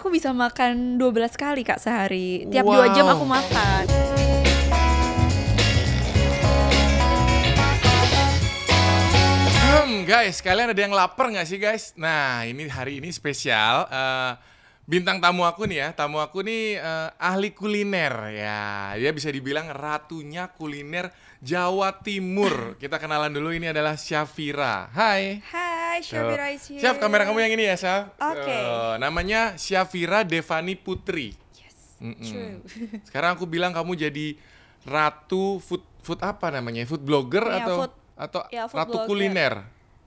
aku bisa makan 12 kali Kak sehari. Tiap 2 jam aku makan. Guys, kalian ada yang lapar nggak sih guys? Nah, ini hari ini spesial. Bintang tamu aku nih ya, ahli kuliner ya. Dia bisa dibilang ratunya kuliner Jawa Timur. Kita kenalan dulu, ini adalah Syafira. Hai. Hai, Syafira is here. Syaf, kamera kamu yang ini ya, Syaf. Oke. Namanya Syafira Devani Putri. Yes, true. Sekarang aku bilang kamu jadi ratu food apa namanya? Food blogger Ya, atau food ratu blogger. kuliner?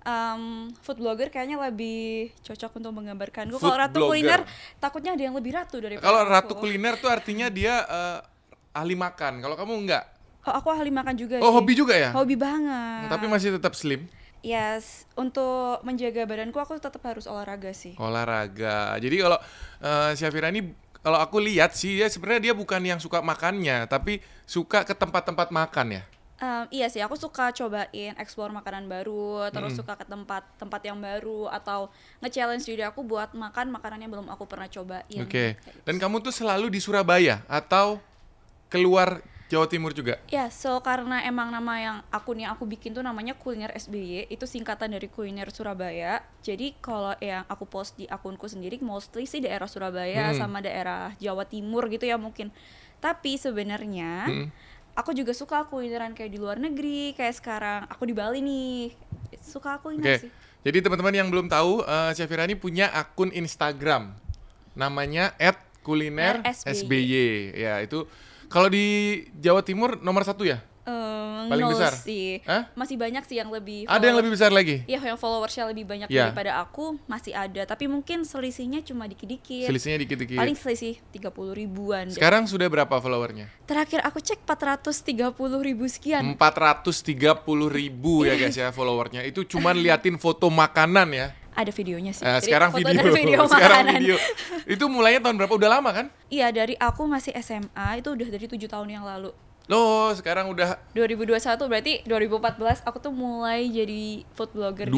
Food blogger kayaknya lebih cocok untuk menggambarkanku. Food Kalau ratu blogger. kuliner takutnya ada yang lebih ratu daripada Kalau aku. ratu kuliner tuh artinya dia ahli makan. Kalau kamu enggak? Oh, aku ahli makan juga Oh, sih. hobi juga ya? Hobi banget. Tapi masih tetap slim. Yes, untuk menjaga badanku aku tetap harus olahraga sih. Olahraga. Jadi kalau Syafira ini, kalau aku lihat sih dia sebenarnya dia bukan yang suka makannya, tapi suka ke tempat-tempat makan ya. Iya sih, aku suka cobain explore makanan baru, terus suka ke tempat-tempat yang baru atau nge-challenge diri aku buat makan makanan yang belum aku pernah cobain. Oke. Dan kamu tuh selalu di Surabaya atau keluar Jawa Timur juga? Ya, so karena emang nama yang akun yang aku bikin tuh namanya Kuliner SBY, itu singkatan dari Kuliner Surabaya. Jadi kalau yang aku post di akunku sendiri mostly sih daerah Surabaya sama daerah Jawa Timur gitu ya mungkin. Tapi sebenarnya aku juga suka kulineran kayak di luar negeri, kayak sekarang aku di Bali nih. Suka kuliner sih. Jadi teman-teman yang belum tahu, Syafira ini punya akun Instagram. Namanya @kulinersby. Ya, itu kalau di Jawa Timur nomor 1 ya? Paling besar? Sih. Hah? Masih banyak sih yang lebih Ada yang lebih besar lagi? Iya, yang followersnya lebih banyak Ya. daripada aku masih ada. Tapi mungkin selisihnya cuma dikit-dikit. Selisihnya dikit-dikit. Paling selisih 30 ribuan deh. Sekarang sudah berapa followernya? Terakhir aku cek 430 ribu sekian. 430 ribu ya guys ya followernya. Itu cuman liatin foto makanan ya. Ada videonya sih. Jadi Sekarang foto video. dan video Sekarang makanan. video. Itu mulainya tahun berapa? Udah lama kan? Iya, dari aku masih SMA, itu udah dari 7 tahun yang lalu. Loh, sekarang udah 2021 berarti 2014 aku tuh mulai jadi food blogger.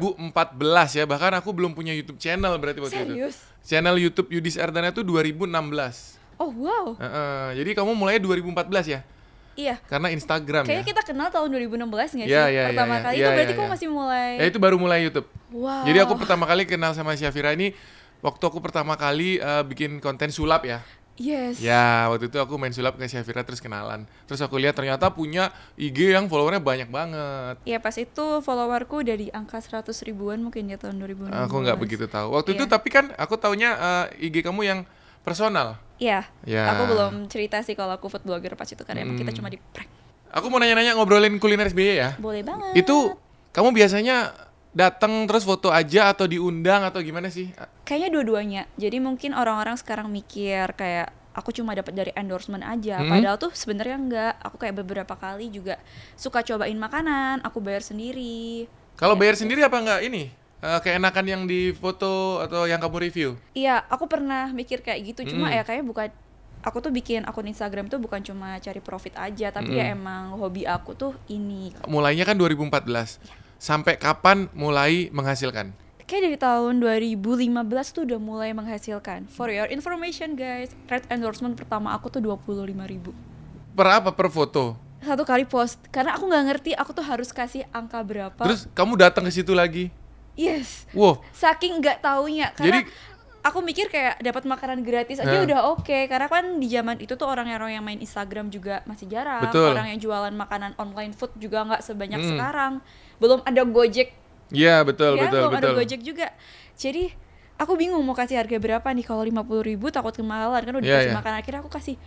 2014 ya. Bahkan aku belum punya YouTube channel berarti waktu itu. Serius? Channel YouTube Yudis Ardana itu 2016. Oh wow. Jadi kamu mulai 2014 ya? Iya. Karena Instagram Kayaknya ya? kita kenal tahun 2016 nggak sih? Iya, Pertama iya, kali iya, itu berarti iya, kamu iya. masih mulai. Ya itu baru mulai YouTube. Wow. Jadi aku pertama kali kenal sama Syafira ini waktu aku pertama kali bikin konten sulap ya. Yes. Ya, waktu itu aku main sulap ke Syafira terus kenalan. Terus aku lihat ternyata punya IG yang followernya banyak banget. Iya, pas itu followerku dari angka 100 ribuan mungkin ya tahun 2016. Aku nggak begitu tahu. Waktu itu Iya. tapi kan aku taunya IG kamu yang personal. Iya. Ya. Aku belum cerita sih kalau aku food blogger pas itu karena emang kita cuma di prank. Aku mau nanya-nanya ngobrolin kuliner SBY ya. Boleh banget. Itu kamu biasanya datang terus foto aja atau diundang atau gimana sih? Kayaknya dua-duanya. Jadi mungkin orang-orang sekarang mikir kayak aku cuma dapat dari endorsement aja. Padahal tuh sebenarnya enggak. Aku kayak beberapa kali juga suka cobain makanan, aku bayar sendiri. Kalau bayar sendiri apa enggak ini? Keenakan yang di foto atau yang kamu review? Iya, aku pernah mikir kayak gitu. Cuma ya kayaknya bukan, aku tuh bikin akun Instagram tuh bukan cuma cari profit aja, tapi ya emang hobi aku tuh ini. Mulainya kan 2014. Sampai kapan mulai menghasilkan? Kayak dari tahun 2015 tuh udah mulai menghasilkan. For your information guys, rate endorsement pertama aku tuh 25.000. Per apa? Per foto? Satu kali post. Karena aku nggak ngerti aku tuh harus kasih angka berapa. Terus kamu datang ke situ lagi? Yes. Wow. Saking nggak taunya. Karena Jadi aku mikir kayak dapat makanan gratis aja udah oke. Karena kan di zaman itu tuh orang-orang yang main Instagram juga masih jarang. Betul. Orang yang jualan makanan online food juga nggak sebanyak sekarang. Belum ada Gojek. Iya, betul, Ya, betul, belum betul. ada Gojek juga. Jadi aku bingung mau kasih harga berapa nih. Kalau 50.000 takut kemahalan kan udah Iya, dikasih iya. makan. Akhirnya aku kasih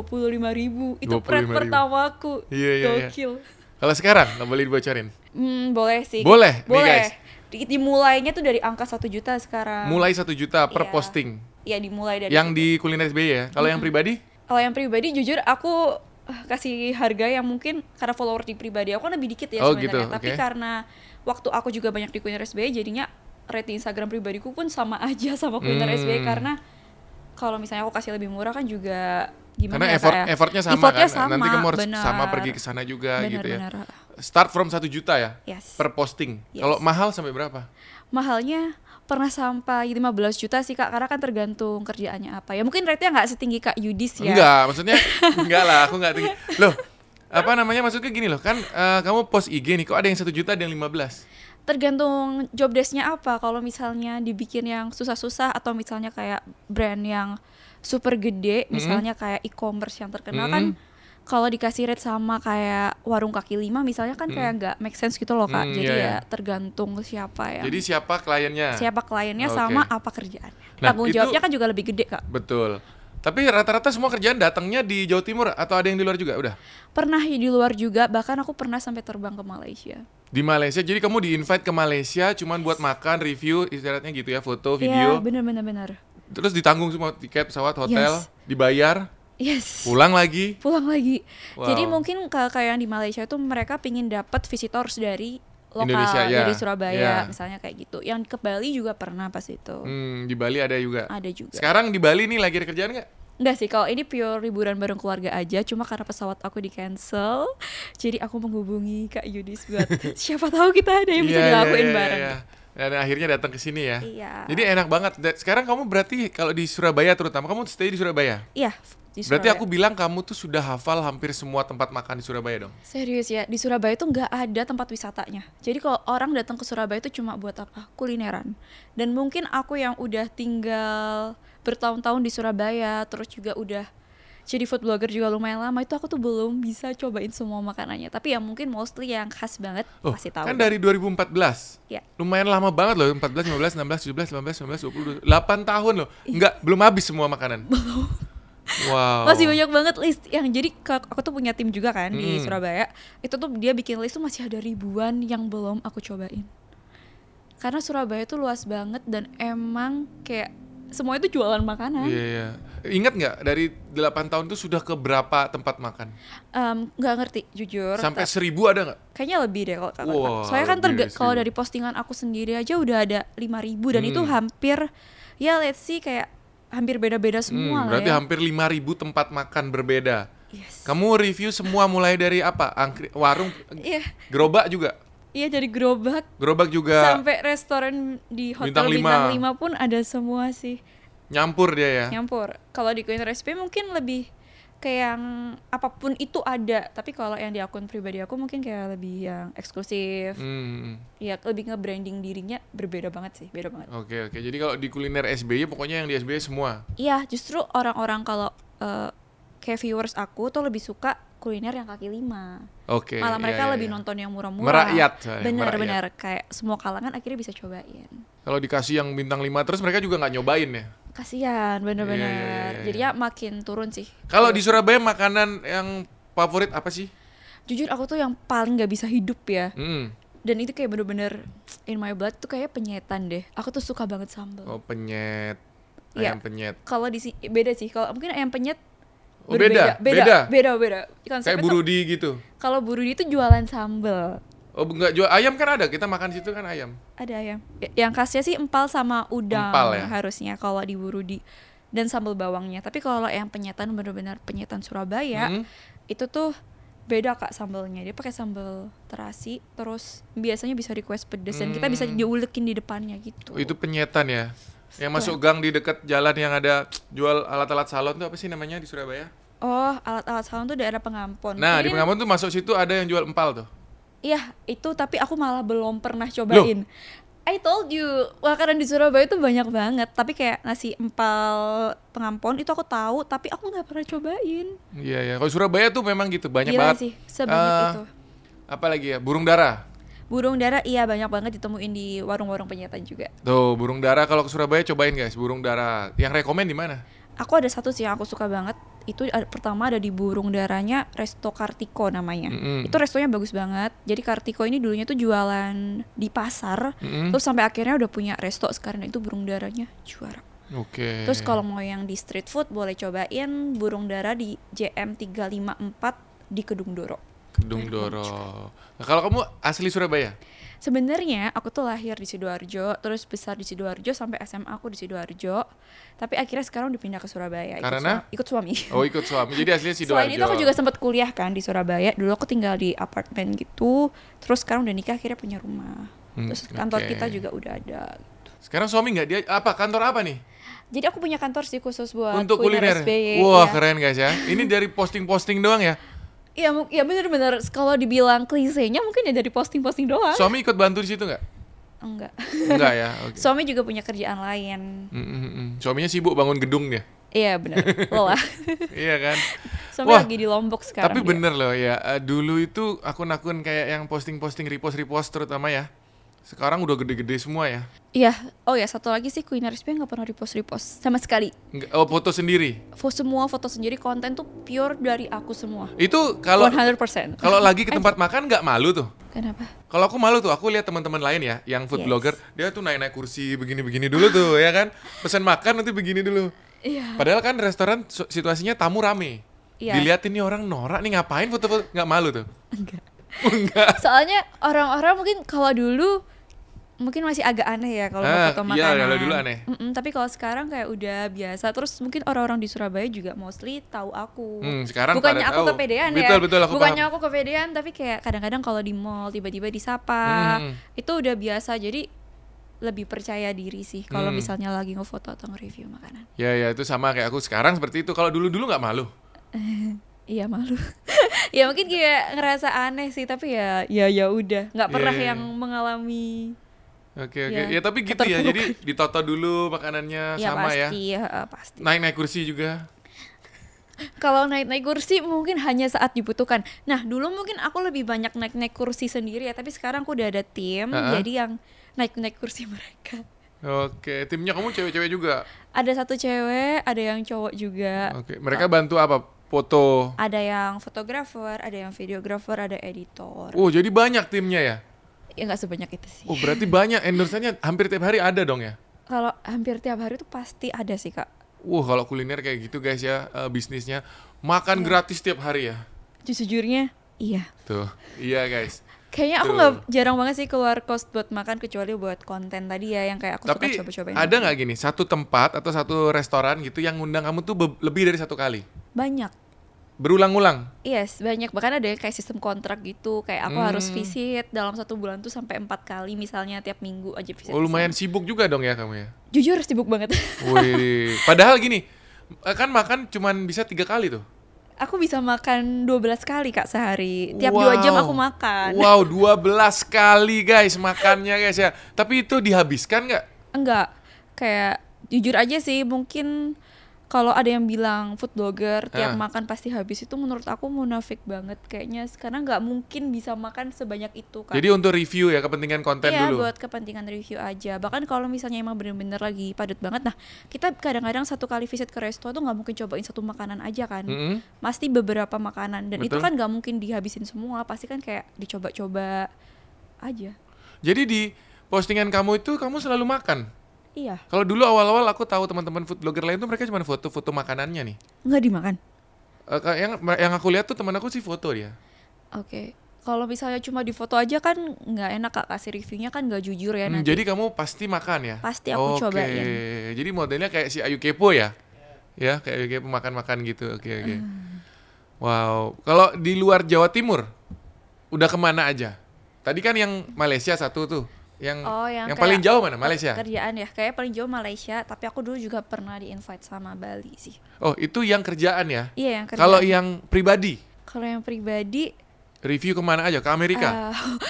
25.000. Itu rate 25.000. pertamaku. Iya, iya, iya. Gokil. Kalau sekarang nggak boleh dibocorin? Boleh sih. Boleh, nih, Boleh. guys. Dimulainya tuh dari angka 1 juta sekarang. Mulai 1 juta per Iya. posting. Iya, dimulai dari Yang situ. di kuliner SBY ya. Kalau yang pribadi? Kalau yang pribadi jujur aku kasih harga yang mungkin karena follower di pribadi aku kan lebih dikit ya Oh, sebenarnya. gitu, Tapi oke. karena waktu aku juga banyak di Kuliner SBY jadinya rate di Instagram pribadiku pun sama aja sama Kuliner SBY karena kalau misalnya aku kasih lebih murah kan juga gimana Karena ya Kak, ya? effortnya sama Effortnya kan. Nanti kamu harus benar. sama pergi ke sana juga gitu ya. Benar. Start from 1 juta ya? Yes. Per posting. Yes. Kalau mahal sampai berapa? Mahalnya pernah sampai 15 juta sih Kak, karena kan tergantung kerjaannya apa ya. Mungkin rate-nya nggak setinggi Kak Yudis ya. Enggak, maksudnya enggak lah, aku enggak tinggi. Loh, apa namanya, maksudnya gini loh, kan kamu post IG nih, kok ada yang 1 juta, ada yang 15? Tergantung job desk-nya apa. Kalau misalnya dibikin yang susah-susah atau misalnya kayak brand yang super gede, misalnya kayak e-commerce yang terkenal kan, kalau dikasih rate sama kayak warung kaki lima misalnya kan kayak nggak make sense gitu loh Kak. Jadi ya tergantung siapa ya. Jadi siapa kliennya? Siapa kliennya sama apa kerjaannya. Nah, tanggung jawabnya kan juga lebih gede Kak. Betul. Tapi rata-rata semua kerjaan datangnya di Jawa Timur atau ada yang di luar juga? Udah? Pernah di luar juga, bahkan aku pernah sampai terbang ke Malaysia. Di Malaysia, jadi kamu di-invite ke Malaysia cuman buat makan, review, ibaratnya gitu ya, foto, Iya, video. bener. Terus ditanggung semua tiket, pesawat, hotel, dibayar. Yes. Pulang lagi. Wow. Jadi mungkin kayak yang di Malaysia itu mereka pingin dapat visitors dari lokal, Indonesia, dari Surabaya, misalnya kayak gitu. Yang ke Bali juga pernah pas itu. Di Bali ada juga. Ada juga. Sekarang di Bali nih lagi ada kerjaan nggak? Enggak sih, kalau ini pure liburan bareng keluarga aja. Cuma karena pesawat aku di cancel, jadi aku menghubungi Kak Yudis buat siapa tahu kita ada yang bisa dilakuin bareng. Iya. Dan akhirnya datang ke sini ya. Iya. Jadi enak banget. Sekarang kamu berarti kalau di Surabaya terutama, kamu stay di Surabaya? Iya. Berarti aku bilang kamu tuh sudah hafal hampir semua tempat makan di Surabaya dong? Serius ya, di Surabaya tuh nggak ada tempat wisatanya. Jadi kalau orang datang ke Surabaya itu cuma buat apa? Kulineran. Dan mungkin aku yang udah tinggal bertahun-tahun di Surabaya, terus juga udah jadi food blogger juga lumayan lama, itu aku tuh belum bisa cobain semua makanannya. Tapi ya mungkin mostly yang khas banget pasti tahu. Kan dari 2014? Ya. Lumayan lama banget loh, 14, 15, 16, 17, 18, 19, 20, 8 tahun loh. Belum habis semua makanan? Belum. Wow. Masih banyak banget list yang jadi aku tuh punya tim juga kan di Surabaya. Itu tuh dia bikin list tuh masih ada ribuan yang belum aku cobain. Karena Surabaya tuh luas banget dan emang kayak semua itu jualan makanan. Iya. Ingat nggak dari 8 tahun tuh sudah ke berapa tempat makan? Nggak ngerti jujur. Sampai 1.000 ada nggak? Kayaknya lebih deh kalau kakak. Wow, soalnya kan kalau dari postingan aku sendiri aja udah ada 5.000 dan itu hampir ya let's see kayak hampir beda-beda semua lah berarti ya. hampir 5.000 tempat makan berbeda. Yes. Kamu review semua mulai dari apa? Warung, gerobak juga? Iya, dari gerobak juga. sampai restoran di hotel bintang 5 pun ada semua sih. Nyampur dia ya? Nyampur. Kalau di Kuliner SP mungkin lebih kayak yang apapun itu ada, tapi kalau yang di akun pribadi aku mungkin kayak lebih yang eksklusif. Ya lebih nge-branding dirinya berbeda banget sih, beda banget. Oke. Jadi kalau di Kuliner SBY pokoknya yang di SBY semua. Iya, justru orang-orang kalau kayak viewers aku tuh lebih suka kuliner yang kaki lima. Oke. Malah mereka lebih nonton yang murah-murah. Merakyat. Bener-bener kayak semua kalangan akhirnya bisa cobain. Kalau dikasih yang bintang 5 terus mereka juga nggak nyobain ya? Kasian, bener-bener. Jadi ya makin turun sih. Kalau di Surabaya makanan yang favorit apa sih? Jujur aku tuh yang paling nggak bisa hidup ya. Dan itu kayak bener-bener in my blood tuh kayak penyetan deh. Aku tuh suka banget sambal. Oh, penyet. Ayam penyet. Kalau di sini beda sih. Kalau mungkin ayam penyet beda. Konsepnya kayak burudi gitu. Kalau burudi itu jualan sambal. Oh, enggak jual ayam kan ada. Kita makan situ kan ayam. Ada ayam. Yang khasnya sih empal sama udang ya? harusnya kalau di burudi dan sambal bawangnya. Tapi kalau yang penyetan benar-benar penyetan Surabaya, itu tuh beda Kak sambalnya. Dia pakai sambal terasi, terus biasanya bisa request pedes dan kita bisa diulekin di depannya gitu. Oh, itu penyetan ya. Yang masuk gang di dekat jalan yang ada jual alat-alat salon tuh apa sih namanya di Surabaya? Oh, alat-alat salon tuh daerah Pengampon. Nah, di Pengampon tuh masuk situ ada yang jual empal tuh. Iya, itu tapi aku malah belum pernah cobain. I told you, makanan di Surabaya itu banyak banget. Tapi kayak nasi empal Pengampon itu aku tahu, tapi aku nggak pernah cobain. Iya. Kalau Surabaya tuh memang gitu, banyak Gila banget. Sih, sebanyak itu. Apalagi ya, burung dara. Burung dara iya banyak banget ditemuin di warung-warung penyetan juga. Tuh, burung dara kalau ke Surabaya cobain guys, burung dara. Yang rekomen di mana? Aku ada satu sih yang aku suka banget. Itu pertama ada di Burung Daranya, Resto Kartiko namanya. Itu restonya bagus banget. Jadi Kartiko ini dulunya tuh jualan di pasar, terus sampai akhirnya udah punya resto sekarang. Itu Burung Daranya juara. Oke. Terus kalau mau yang di street food boleh cobain Burung Dara di JM 354 di Kedung Doro. Nah, kalau kamu asli Surabaya? Sebenarnya aku tuh lahir di Sidoarjo, terus besar di Sidoarjo sampai SMA aku di Sidoarjo. Tapi akhirnya sekarang udah pindah ke Surabaya. Karena? Ikut suami. Oh, ikut suami. Jadi aslinya Sidoarjo. Selain itu aku juga sempat kuliah kan di Surabaya. Dulu aku tinggal di apartemen gitu. Terus sekarang udah nikah akhirnya punya rumah. Terus kantor kita juga udah ada. Gitu. Sekarang suami nggak dia apa kantor apa nih? Jadi aku punya kantor sih khusus buat Untuk kuliner. SBY. Wah, ya. keren guys ya. Ini dari posting-posting doang ya. Iya, ya bener-bener kalau dibilang klisenya mungkin ya dari posting-posting doang. Suami ikut bantu di situ nggak? Enggak. Enggak ya. Oke. Suami juga punya kerjaan lain. Suaminya sibuk bangun gedung dia. Iya benar. Lelah. Iya kan. Suami Wah, lagi di Lombok sekarang. tapi dia. bener loh ya. Dulu itu akun-akun kayak yang posting-posting repost terutama ya. Sekarang udah gede-gede semua ya. Iya. Oh ya, satu lagi sih Kuliner SBY nggak pernah repost sama sekali. Oh, foto sendiri. Semua foto sendiri, konten tuh pure dari aku semua. Itu kalau 100%. kalau lagi ke tempat makan nggak malu tuh. Kenapa? Kalau aku malu tuh, aku lihat teman-teman lain ya, yang food Yes. blogger, dia tuh naik-naik kursi begini-begini dulu tuh, ya kan? Pesan makan nanti begini dulu. Iya. Padahal kan restoran situasinya tamu rame. Iya. Diliatin nih orang norak nih ngapain foto-foto, nggak malu tuh? Enggak. Soalnya orang-orang mungkin kalau dulu mungkin masih agak aneh ya kalau mau foto iya, makanan. kalau dulu aneh. Tapi kalau sekarang kayak udah biasa. Terus mungkin orang-orang di Surabaya juga mostly tahu aku. Sekarang bukannya pada aku tahu. kepedean ya. Betul, aku bukannya paham. aku kepedean, tapi kayak kadang-kadang kalau di mall tiba-tiba disapa, itu udah biasa. Jadi lebih percaya diri sih kalau misalnya lagi ngefoto atau nge-review makanan. Ya itu sama kayak aku sekarang seperti itu. Kalau dulu nggak malu. Iya malu. Ya mungkin kayak ngerasa aneh sih, tapi ya udah. Nggak pernah Iya. yang mengalami. Oke. Ya, Ya tapi gitu ya. keterpurukan. Jadi ditoto dulu makanannya Ya sama ya. pasti, pasti. Naik-naik kursi juga. Kalau naik-naik kursi mungkin hanya saat dibutuhkan. Nah, dulu mungkin aku lebih banyak naik-naik kursi sendiri ya, tapi sekarang aku udah ada tim, jadi yang naik-naik kursi mereka. Oke, timnya kamu cewek-cewek juga. Ada satu cewek, ada yang cowok juga. Oke, mereka bantu apa? Foto. Ada yang fotografer, ada yang videografer, ada editor. Oh, jadi banyak timnya ya? Ya nggak sebanyak itu sih. Oh, berarti banyak endorse-nya hampir tiap hari ada dong ya? Kalau hampir tiap hari tuh pasti ada sih, Kak. Kalau kuliner kayak gitu guys ya, bisnisnya makan gratis tiap hari ya. Jujurnya, iya. Tuh, iya guys. Kayaknya aku Tuh. nggak jarang banget sih keluar cost buat makan kecuali buat konten tadi ya yang kayak aku Tapi suka coba-cobain. ada nggak gini, satu tempat atau satu restoran gitu yang ngundang kamu tuh lebih dari satu kali? Banyak. Berulang-ulang? Yes, banyak. Bahkan ada yang kayak sistem kontrak gitu. Kayak aku harus visit dalam 1 bulan tuh sampai 4 kali misalnya tiap minggu aja visit. Oh, lumayan sibuk juga dong ya kamu ya? Jujur sibuk banget. Wih, padahal gini, kan makan cuman bisa 3 kali tuh. Aku bisa makan 12 kali Kak sehari. Tiap 2 jam aku makan. Wow, 12 kali guys makannya guys ya. Tapi itu dihabiskan nggak? Enggak. Kayak jujur aja sih mungkin kalau ada yang bilang food blogger tiap makan pasti habis, itu menurut aku munafik banget kayaknya. Karena nggak mungkin bisa makan sebanyak itu kan. Jadi untuk review ya, kepentingan konten iya, dulu. buat kepentingan review aja. Bahkan kalau misalnya emang bener-bener lagi padat banget, nah kita kadang-kadang satu kali visit ke resto tuh nggak mungkin cobain satu makanan aja kan. Pasti beberapa makanan, dan itu Betul. kan nggak mungkin dihabisin semua. Pasti kan kayak dicoba-coba aja. Jadi di postingan kamu itu kamu selalu makan. Iya. Kalau dulu awal-awal aku tahu teman-teman food blogger lain tuh mereka cuma foto-foto makanannya nih. Nggak dimakan. Yang aku lihat tuh teman aku sih foto dia. Oke. Kalau misalnya cuma di foto aja kan nggak enak Kak, kasih reviewnya kan nggak jujur ya nanti. Jadi kamu pasti makan ya? Pasti aku Oke. cobain. Jadi modelnya kayak si Ayu Kepo ya? Ya, kayak Ayu Kepo makan-makan gitu. Oke. Wow. Kalau di luar Jawa Timur, udah kemana aja? Tadi kan yang Malaysia satu tuh. Yang yang paling kayak jauh mana? Malaysia? Kerjaan ya, kayak paling jauh Malaysia. Tapi aku dulu juga pernah di-invite sama Bali sih. Oh, itu yang kerjaan ya? Iya, yang kerjaan. Kalau yang pribadi, Kalau yang pribadi, review kemana aja? Ke Amerika?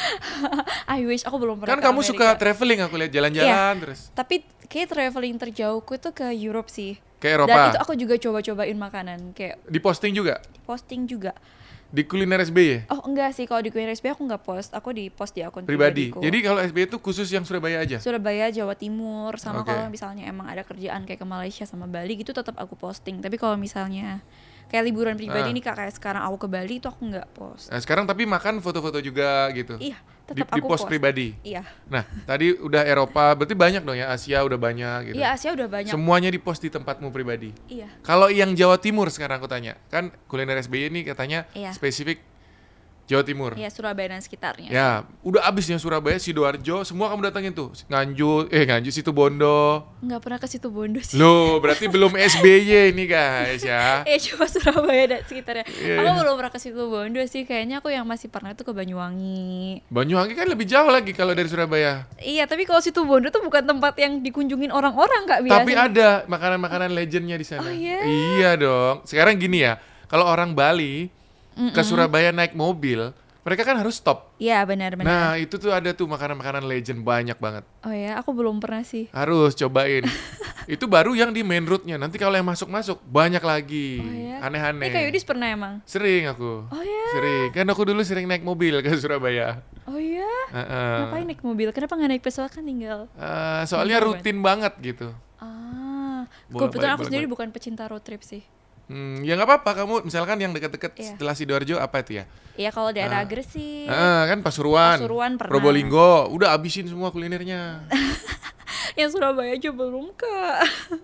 I wish aku belum pernah Kan ke kamu Amerika. suka traveling, aku lihat jalan-jalan terus. Tapi kayak traveling terjauhku tuh ke Europe sih. Ke Eropa. Dan itu aku juga coba-cobain makanan, kayak Di posting juga? posting juga. Di kuliner SBY? Oh enggak sih, kalau di Kuliner SBY aku nggak post, aku di post di akun Pribadi. pribadiku. Jadi kalau SBY itu khusus yang Surabaya aja? Surabaya, Jawa Timur, sama Oke. kalau misalnya emang ada kerjaan kayak ke Malaysia sama Bali gitu tetap aku posting. Tapi kalau misalnya kayak liburan pribadi nih Kak, kayak sekarang aku ke Bali itu aku nggak post. Nah, sekarang tapi makan foto-foto juga gitu? Iya, Di tetap aku post pribadi? Iya. Nah, tadi udah Eropa, berarti banyak dong ya, Asia udah banyak gitu. Iya, Asia udah banyak. Semuanya di post di tempatmu pribadi. Iya. Kalau yang Jawa Timur sekarang aku tanya, kan kuliner SBY ini katanya Iya. spesifik Jawa Timur. Ya, Surabaya dan sekitarnya. Ya, udah abis ya Surabaya, Sidoarjo, semua kamu datangin tuh. Nganjuk, Situbondo. Nggak pernah ke situ Bondo sih. Loh, berarti belum SBY ini guys ya. Cuma Surabaya dan sekitarnya. Iya, Aku iya. belum pernah ke situ Bondo sih. Kayaknya aku yang masih pernah itu ke Banyuwangi. Banyuwangi kan lebih jauh lagi kalau dari Surabaya. Iya, tapi kalau situ Bondo tuh bukan tempat yang dikunjungin orang-orang Kak biasanya. Tapi ada makanan-makanan legendnya di sana. Oh, iya? Iya dong. Sekarang gini ya, kalau orang Bali ke Surabaya naik mobil, mereka kan harus stop. Iya, benar-benar. Nah, itu tuh ada tuh makanan-makanan legend banyak banget. Oh ya, aku belum pernah sih. Harus cobain. Itu baru yang di main road-nya. Nanti kalau yang masuk-masuk banyak lagi. Oh ya. Aneh-aneh. Ini Kak Yudis pernah emang? Sering aku. Oh ya. Sering. Kan aku dulu sering naik mobil ke Surabaya. Oh ya. Heeh. Ngapain naik mobil? Kenapa nggak naik pesawat kan tinggal? Soalnya Bener, rutin banget gitu. Kebetulan aku Bolak-balik, sendiri bukan pecinta road trip sih. Ya nggak apa-apa. Kamu misalkan yang deket-deket Iya. setelah Sidoarjo apa itu ya? Iya, kalau daerah Gresik. Kan Pasuruan, Pasuruan pernah. Probolinggo, udah abisin semua kulinernya. Yang Surabaya aja belum Kak.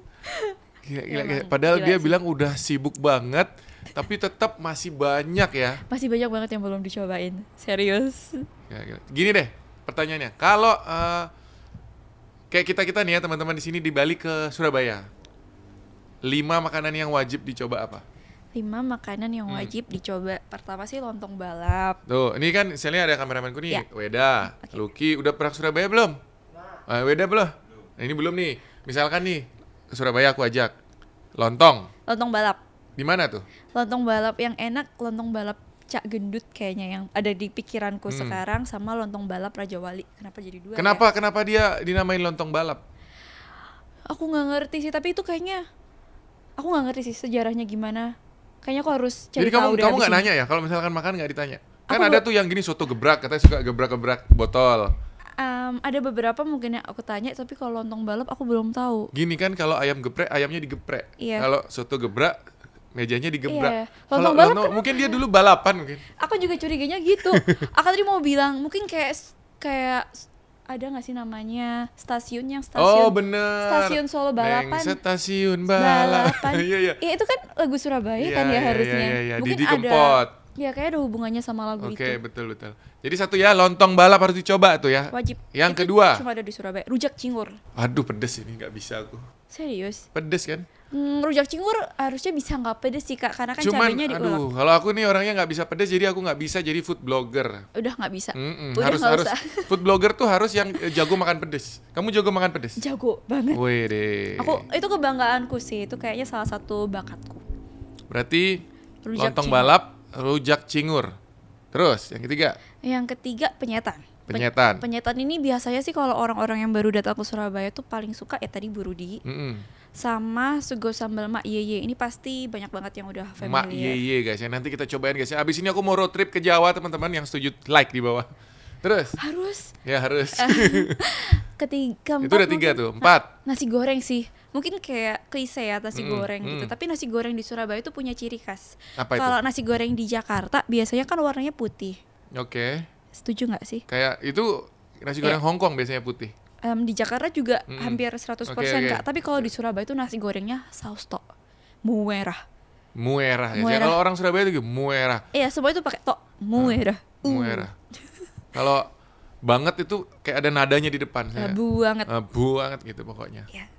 Gila. Emang, Padahal gila dia sih. bilang udah sibuk banget, tapi tetap masih banyak ya. Masih banyak banget yang belum dicobain. Serius. Gila. Gini deh, pertanyaannya. Kalau kayak kita nih ya teman-teman di sini di Bali ke Surabaya, 5 makanan yang wajib dicoba apa? 5 makanan yang wajib dicoba. Pertama sih lontong balap. Tuh, ini kan misalnya ada kameramanku nih, Ya. Weda, Oke. Lucky, udah pernah ke Surabaya belum? Weda belum? Nah, ini belum nih. Misalkan nih ke Surabaya aku ajak lontong. Lontong balap. Di mana tuh? Lontong balap yang enak, lontong balap Cak Gendut kayaknya yang ada di pikiranku sekarang, sama lontong balap Raja Wali. Kenapa jadi 2? Kenapa dia dinamain lontong balap? Aku nggak ngerti sih, tapi itu kayaknya aku nggak ngerti sih sejarahnya gimana. Kayaknya aku harus cari Jadi tahu kamu deh habis nggak ini. nanya ya kalau misalkan makan nggak ditanya? Kan Aku ada belum- tuh yang gini soto gebrak, katanya suka gebrak-gebrak botol. Ada beberapa mungkin yang aku tanya, tapi kalau lontong balap aku belum tahu. Gini kan kalau ayam geprek, ayamnya digeprek. Iya. Kalau soto gebrak, mejanya digebrak. Iya. Kalau Lontong balap lontong, mungkin dia dulu balapan mungkin. Aku juga curiganya gitu. Aku tadi mau bilang mungkin kayak ada nggak sih namanya stasiun yang stasiun Oh bener. stasiun Solo balapan. Neng stasiun balap. Balapan. Iya iya. Ya itu kan lagu Surabaya Iya, kan ya iya, harusnya. iya, iya. Mungkin Didi ada. Kempot. Ya kayak ada hubungannya sama lagu Oke itu. betul. Jadi satu ya lontong balap harus dicoba tuh ya. Wajib. Yang Itu kedua. cuma ada di Surabaya. Rujak cingur. Aduh pedes ini nggak bisa aku. Serius. Pedes kan? Rujak cingur harusnya bisa nggak pedes sih Kak, karena kan Cuman cabenya diulek. aduh kalau aku nih orangnya nggak bisa pedes jadi aku nggak bisa jadi food blogger. Udah nggak bisa. Udah Harus nggak usah. food blogger tuh harus yang jago makan pedes. Kamu jago makan pedes? Jago banget. Wede. Aku itu kebanggaanku sih, itu kayaknya salah satu bakatku. Berarti Rujak lontong cingur. balap, rujak cingur. Terus yang ketiga Yang ketiga penyetan. penyetan. Penyetan ini biasanya sih kalau orang-orang yang baru datang ke Surabaya tuh paling suka ya tadi Burudi sama Sugo Sambal Mak Yeye. Ini pasti banyak banget yang udah Mak familiar. Yeye guys ya nanti kita cobain guys ya. Abis ini aku mau road trip ke Jawa teman-teman yang setuju like di bawah. Terus Harus. ya harus. Ketiga, Itu udah 3 tuh. 4. Nasi goreng sih. Mungkin kayak klise ya nasi goreng gitu. mm. Tapi nasi goreng di Surabaya itu punya ciri khas. Apa itu? Kalau nasi goreng di Jakarta biasanya kan warnanya putih. Oke. Setuju nggak sih? Kayak itu nasi goreng Hong Kong biasanya putih. Di Jakarta juga hampir 100% Oke. Kak. Tapi kalau di Surabaya itu nasi gorengnya saus tok. Muerah. Muerah ya. Muerah. Kalau orang Surabaya itu gitu, muerah. Iya, semua itu pakai tok. Muerah. Muerah. Kalau banget itu kayak ada nadanya di depan saya. Bu banget. Bu banget gitu pokoknya. Ya.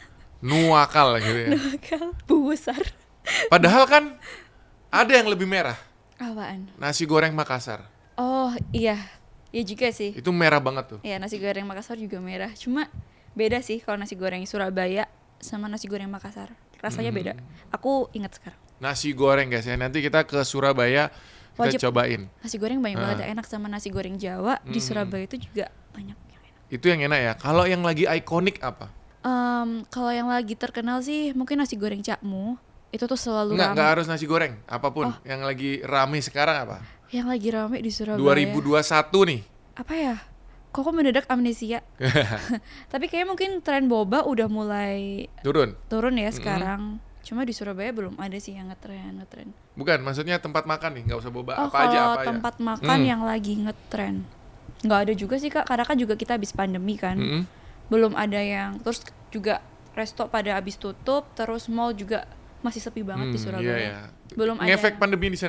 Nuakal gitu ya. Bu besar. Padahal kan ada yang lebih merah. Apaan? Nasi goreng Makassar. Oh, iya. Iya juga sih. Itu merah banget tuh. Ya, nasi goreng Makassar juga merah. Cuma beda sih kalau nasi goreng Surabaya sama nasi goreng Makassar. Rasanya beda. Aku ingat sekarang. Nasi goreng guys ya. Nanti kita ke Surabaya kita Wajib. cobain. Nasi goreng banyak banget ya, enak sama nasi goreng Jawa. Di Surabaya itu juga banyak yang enak. Itu yang enak ya. Kalau yang lagi ikonik apa? Kalau yang lagi terkenal sih mungkin nasi goreng Cakmu. Itu tuh selalu Enggak ramai. harus nasi goreng. Apapun. Yang lagi rame sekarang apa? Yang lagi ramai di Surabaya. 2021 nih. Apa ya? Kok mendadak amnesia? Tapi kayaknya mungkin tren boba udah mulai Turun. ya sekarang. Cuma di Surabaya belum ada sih yang ngetren. Bukan, maksudnya tempat makan nih. Nggak usah boba. Oh, apa aja. kalau tempat makan yang lagi ngetren, nggak ada juga sih Kak. Karena kan juga kita habis pandemi kan. Belum ada yang, terus juga resto pada habis tutup, terus mall juga masih sepi banget di Surabaya. Iya, iya. Belum ada. Ngefek pandemi di sana ya?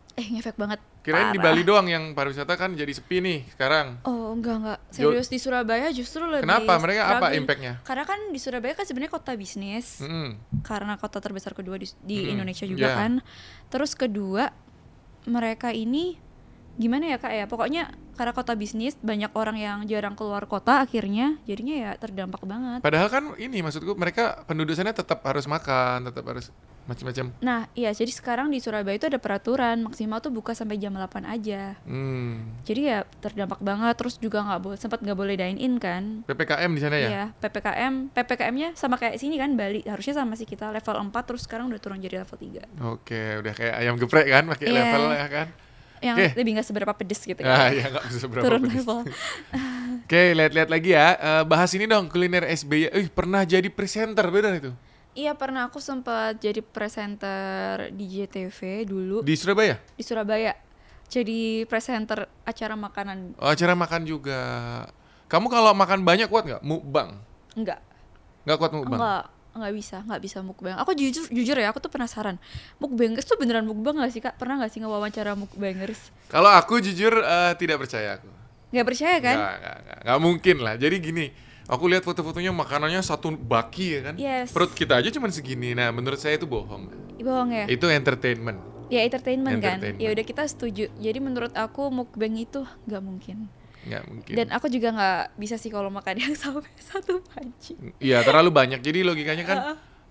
Ngefek banget. Kirain di parah. Bali doang yang pariwisata kan jadi sepi nih sekarang. Oh enggak serius di Surabaya justru lebih Kenapa? Mereka apa struggling. impact-nya? Karena kan di Surabaya kan sebenarnya kota bisnis, karena kota terbesar kedua di Indonesia juga yeah. kan. Terus kedua mereka ini gimana ya Kak ya, pokoknya karena kota bisnis banyak orang yang jarang keluar kota, akhirnya jadinya ya terdampak banget. Padahal kan ini maksudku mereka penduduk sana tetap harus makan, tetap harus macam-macam. Nah iya, jadi sekarang di Surabaya itu ada peraturan maksimal tuh buka sampai jam 8 aja. Jadi ya terdampak banget. Terus juga sempat nggak boleh dine in kan. PPKM di sana ya? Iya, PPKM-nya sama kayak sini kan, Bali harusnya sama sih kita level 4, terus sekarang udah turun jadi level 3. Oke, udah kayak ayam geprek kan pakai level ya kan. Yang lebih nggak seberapa pedes gitu ya. Iya, nggak bisa seberapa turun pedes. level. Oke, lihat-lihat lagi ya. Bahas ini dong, kuliner SBY. Pernah jadi presenter, benar itu? Iya, pernah. Aku sempat jadi presenter di JTV dulu. Di Surabaya? Di Surabaya. Jadi presenter acara makanan. Oh, acara makan juga. Kamu kalau makan banyak kuat nggak? Mukbang? Enggak. Nggak kuat mukbang? Nggak bisa mukbang. Aku jujur ya, aku tuh penasaran. Mukbangers tuh beneran mukbang nggak sih Kak? Pernah nggak sih ngewawancara mukbangers? Kalau aku jujur tidak percaya aku. Nggak percaya kan? Nggak mungkin lah. Jadi gini, aku lihat foto-fotonya makanannya satu baki ya kan. Yes. Perut kita aja cuma segini. Nah, menurut saya itu bohong. Bohong ya? Itu entertainment. Ya entertainment kan. Ya udah, kita setuju. Jadi menurut aku mukbang itu nggak mungkin. Nggak mungkin. Dan aku juga nggak bisa sih kalau makan yang sampai satu panci. Iya, terlalu banyak. Jadi logikanya kan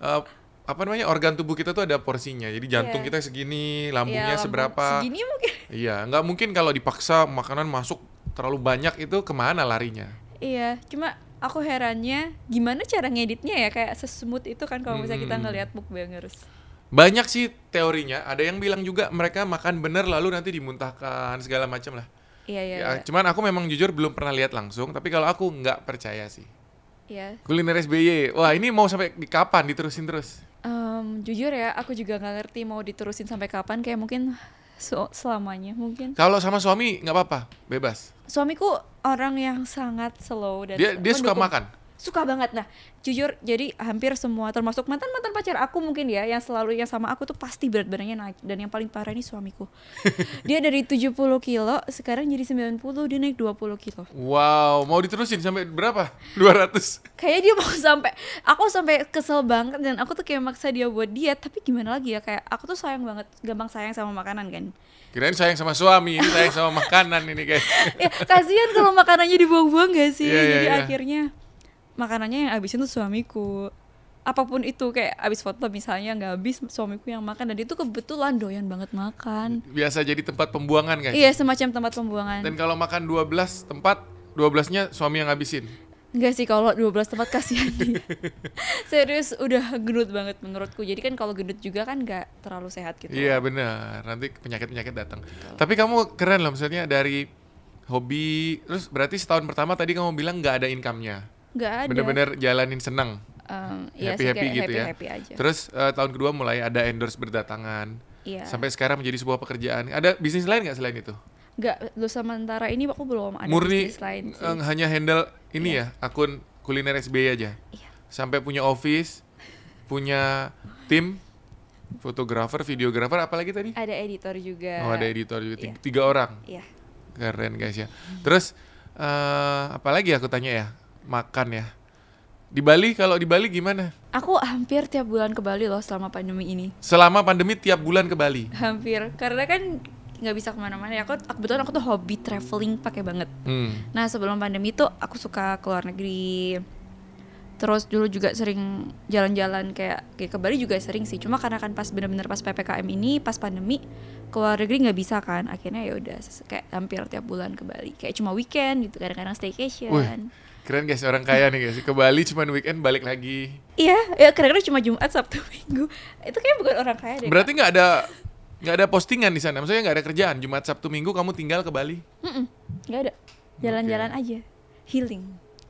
organ tubuh kita tuh ada porsinya. Jadi jantung kita segini, lambungnya seberapa. Segini mungkin. Iya, nggak mungkin kalau dipaksa makanan masuk terlalu banyak, itu kemana larinya? Iya, cuma aku herannya gimana cara ngeditnya ya, kayak sesmooth itu kan kalau misalnya kita ngelihat mukbangers. Banyak sih teorinya. Ada yang bilang juga mereka makan bener lalu nanti dimuntahkan segala macam lah. Iya. Cuman aku memang jujur belum pernah lihat langsung. Tapi kalau aku nggak percaya sih. Iya. Kuliner SBY. Wah, ini mau sampai di kapan diterusin terus? Jujur ya, aku juga nggak ngerti mau diterusin sampai kapan. Kayak mungkin selamanya mungkin. Kalau sama suami nggak apa-apa, bebas. Suamiku orang yang sangat slow dan dia suka makan. Suka banget. Nah, jujur jadi hampir semua termasuk mantan pacar aku mungkin ya, yang selalu yang sama aku tuh pasti berat badannya naik. Dan yang paling parah ini suamiku. Dia dari 70 kilo sekarang jadi 90, dia naik 20 kilo. Wow, mau diterusin sampai berapa? 200? Kayak dia mau aku sampai kesel banget, dan aku tuh kayak maksa dia buat diet. Tapi gimana lagi ya, kayak aku tuh sayang banget, gampang sayang sama makanan kan. Kirain sayang sama suami, ini sayang sama makanan ini guys. Ya kasihan kalau makanannya dibuang-buang gak sih? Jadi yeah. akhirnya makanannya yang habisin tuh suamiku. Apapun itu, kayak abis foto misalnya nggak habis, suamiku yang makan. Dan itu kebetulan doyan banget makan. Biasa jadi tempat pembuangan guys. Iya, semacam tempat pembuangan. Dan kalau makan 12 tempat, 12-nya suami yang habisin. Enggak sih, kalau 12 tempat kasihan dia. Serius udah gendut banget menurutku. Jadi kan kalau gendut juga kan nggak terlalu sehat gitu. Iya benar, nanti penyakit-penyakit datang. Tapi kamu keren loh, maksudnya dari hobi, terus berarti setahun pertama tadi kamu bilang nggak ada income-nya. Nggak ada. Bener-bener jalanin seneng. Iya happy sih, gitu happy ya. aja. Terus tahun kedua mulai ada endorse berdatangan. Iya. Sampai sekarang menjadi sebuah pekerjaan. Ada bisnis lain nggak selain itu? Nggak, lu sementara ini aku belum ada Murni bisnis lain sih. hanya handle ini ya, akun kuliner SBY aja. Iya. Sampai punya office, punya tim, fotografer, videografer, apalagi tadi? Ada editor juga. Oh, ada editor juga. Iya. 3 orang. Iya. Keren guys ya. Terus apalagi aku tanya ya, makan ya. Di Bali, kalau di Bali gimana? Aku hampir tiap bulan ke Bali loh selama pandemi ini. Selama pandemi tiap bulan ke Bali? Hampir, karena kan nggak bisa kemana-mana ya. Kebetulan aku tuh hobi traveling pakai banget. Nah sebelum pandemi tuh aku suka keluar negeri. Terus dulu juga sering jalan-jalan kayak ke Bali juga sering sih. Cuma karena kan pas bener-bener pas PPKM ini, pas pandemi, keluar negeri nggak bisa kan. Akhirnya ya udah kayak hampir tiap bulan ke Bali. Kayak cuma weekend gitu, kadang-kadang staycation. Wih, keren guys, orang kaya nih guys. Ke Bali cuma weekend balik lagi. Iya, ya kadang-kadang cuma Jumat, Sabtu, Minggu. Itu kayak bukan orang kaya deh. Berarti nggak ada postingan di sana. Maksudnya nggak ada kerjaan. Jumat, Sabtu, Minggu kamu tinggal ke Bali? Nggak ada. Jalan-jalan aja, healing.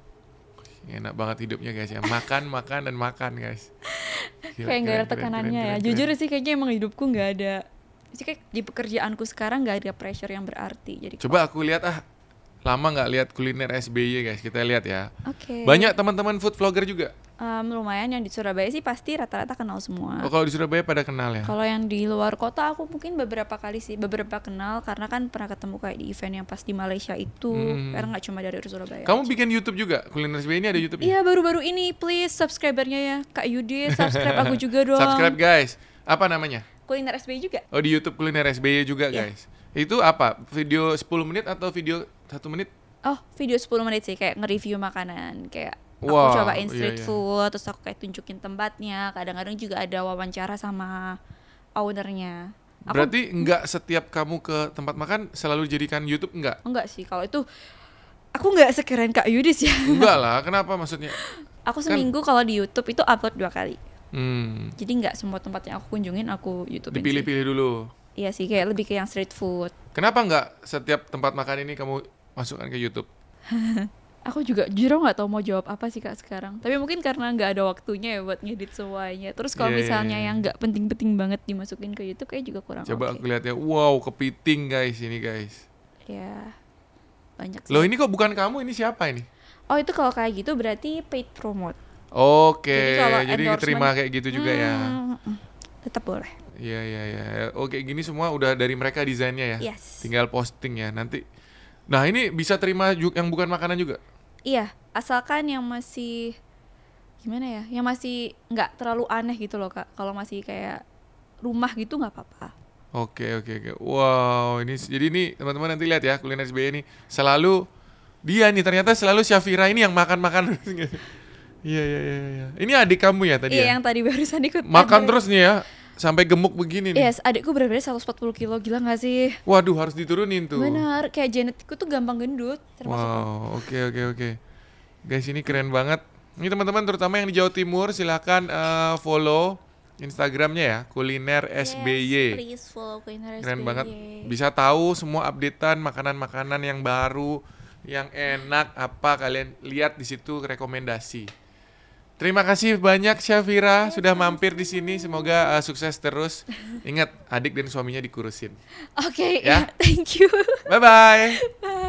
Enak banget hidupnya guys ya. Makan dan makan guys. Kayak nggak ada tekanannya ya. Jujur sih kayaknya emang hidupku nggak ada. Sih kayak di pekerjaanku sekarang nggak ada pressure yang berarti. Jadi coba aku lihat lama nggak lihat kuliner SBY guys. Kita lihat ya. Oke. Banyak teman-teman food vlogger juga. Lumayan, yang di Surabaya sih pasti rata-rata kenal semua. Oh, kalau di Surabaya pada kenal ya? Kalau yang di luar kota aku mungkin beberapa kali sih, beberapa kenal karena kan pernah ketemu kayak di event yang pas di Malaysia itu, karena nggak cuma dari Surabaya. Kamu bikin YouTube juga? Kuliner SBY ini ada YouTube-nya? Iya, baru-baru ini, please subscribernya ya Kak Yudi, subscribe aku juga dong. Subscribe guys. Apa namanya? Kuliner SBY juga. Oh, di YouTube Kuliner SBY juga guys. Itu apa? Video 10 menit atau video 1 menit? Oh, video 10 menit sih, kayak nge-review makanan, kayak aku Wow, cobain iya, street iya. food, terus aku kayak tunjukin tempatnya, kadang-kadang juga ada wawancara sama ownernya. Berarti nggak setiap kamu ke tempat makan selalu jadikan YouTube, enggak? Enggak sih, kalau itu aku nggak sekeren Kak Yudis ya. Enggak lah, kenapa maksudnya? Aku seminggu kalau di YouTube itu upload 2 kali. Jadi nggak semua tempat yang aku kunjungin aku YouTubein sih. Dipilih-pilih dulu. Iya sih, kayak lebih ke yang street food. Kenapa nggak setiap tempat makan ini kamu masukkan ke YouTube? Aku juga jujur nggak tahu mau jawab apa sih Kak sekarang. Tapi mungkin karena nggak ada waktunya ya buat ngedit semuanya. Terus kalau Iya, iya, misalnya iya. yang nggak penting-penting banget dimasukin ke YouTube kayak juga kurang Coba oke. aku lihat ya. Wow, kepiting guys ini guys. Ya, banyak sih. Loh, ini kok bukan kamu, ini siapa ini? Oh, itu kalau kayak gitu berarti paid promote. Oke, Jadi kalau jadi endorsement- keterima kayak gitu juga ya. Tetap boleh. Iya, iya, iya. Oke, gini semua udah dari mereka desainnya ya. Yes. Tinggal posting ya nanti. Nah, ini bisa terima yang bukan makanan juga. Iya, asalkan yang masih gimana ya, yang masih nggak terlalu aneh gitu loh Kak. Kalau masih kayak rumah gitu nggak apa-apa. Oke, oke, oke. Wow, ini jadi nih teman-teman nanti lihat ya Kuliner SBY ini selalu dia nih ternyata selalu Syafira ini yang makan-makan. Iya, iya, iya, iya. Ini adik kamu ya tadi Iya, ya? yang tadi barusan ikut Makan Andre. terus nih ya sampai gemuk begini nih. Yes, adikku berat badannya 140 kilo, gila gak sih? Waduh, harus diturunin tuh. Benar, kayak genetikku tuh gampang gendut. Termasuk Wow, oke, oke, oke. Guys, ini keren banget. Ini teman-teman terutama yang di Jawa Timur silahkan follow Instagramnya ya, Kuliner SBY. Please follow Kuliner Keren SBY. banget. Bisa tahu semua updatean makanan-makanan yang baru, yang enak apa kalian lihat di situ rekomendasi. Terima kasih banyak Syafira sudah mampir di sini. Semoga sukses terus. Ingat, adik dan suaminya dikurusin. Oke, Ya. thank you. Bye bye. Bye.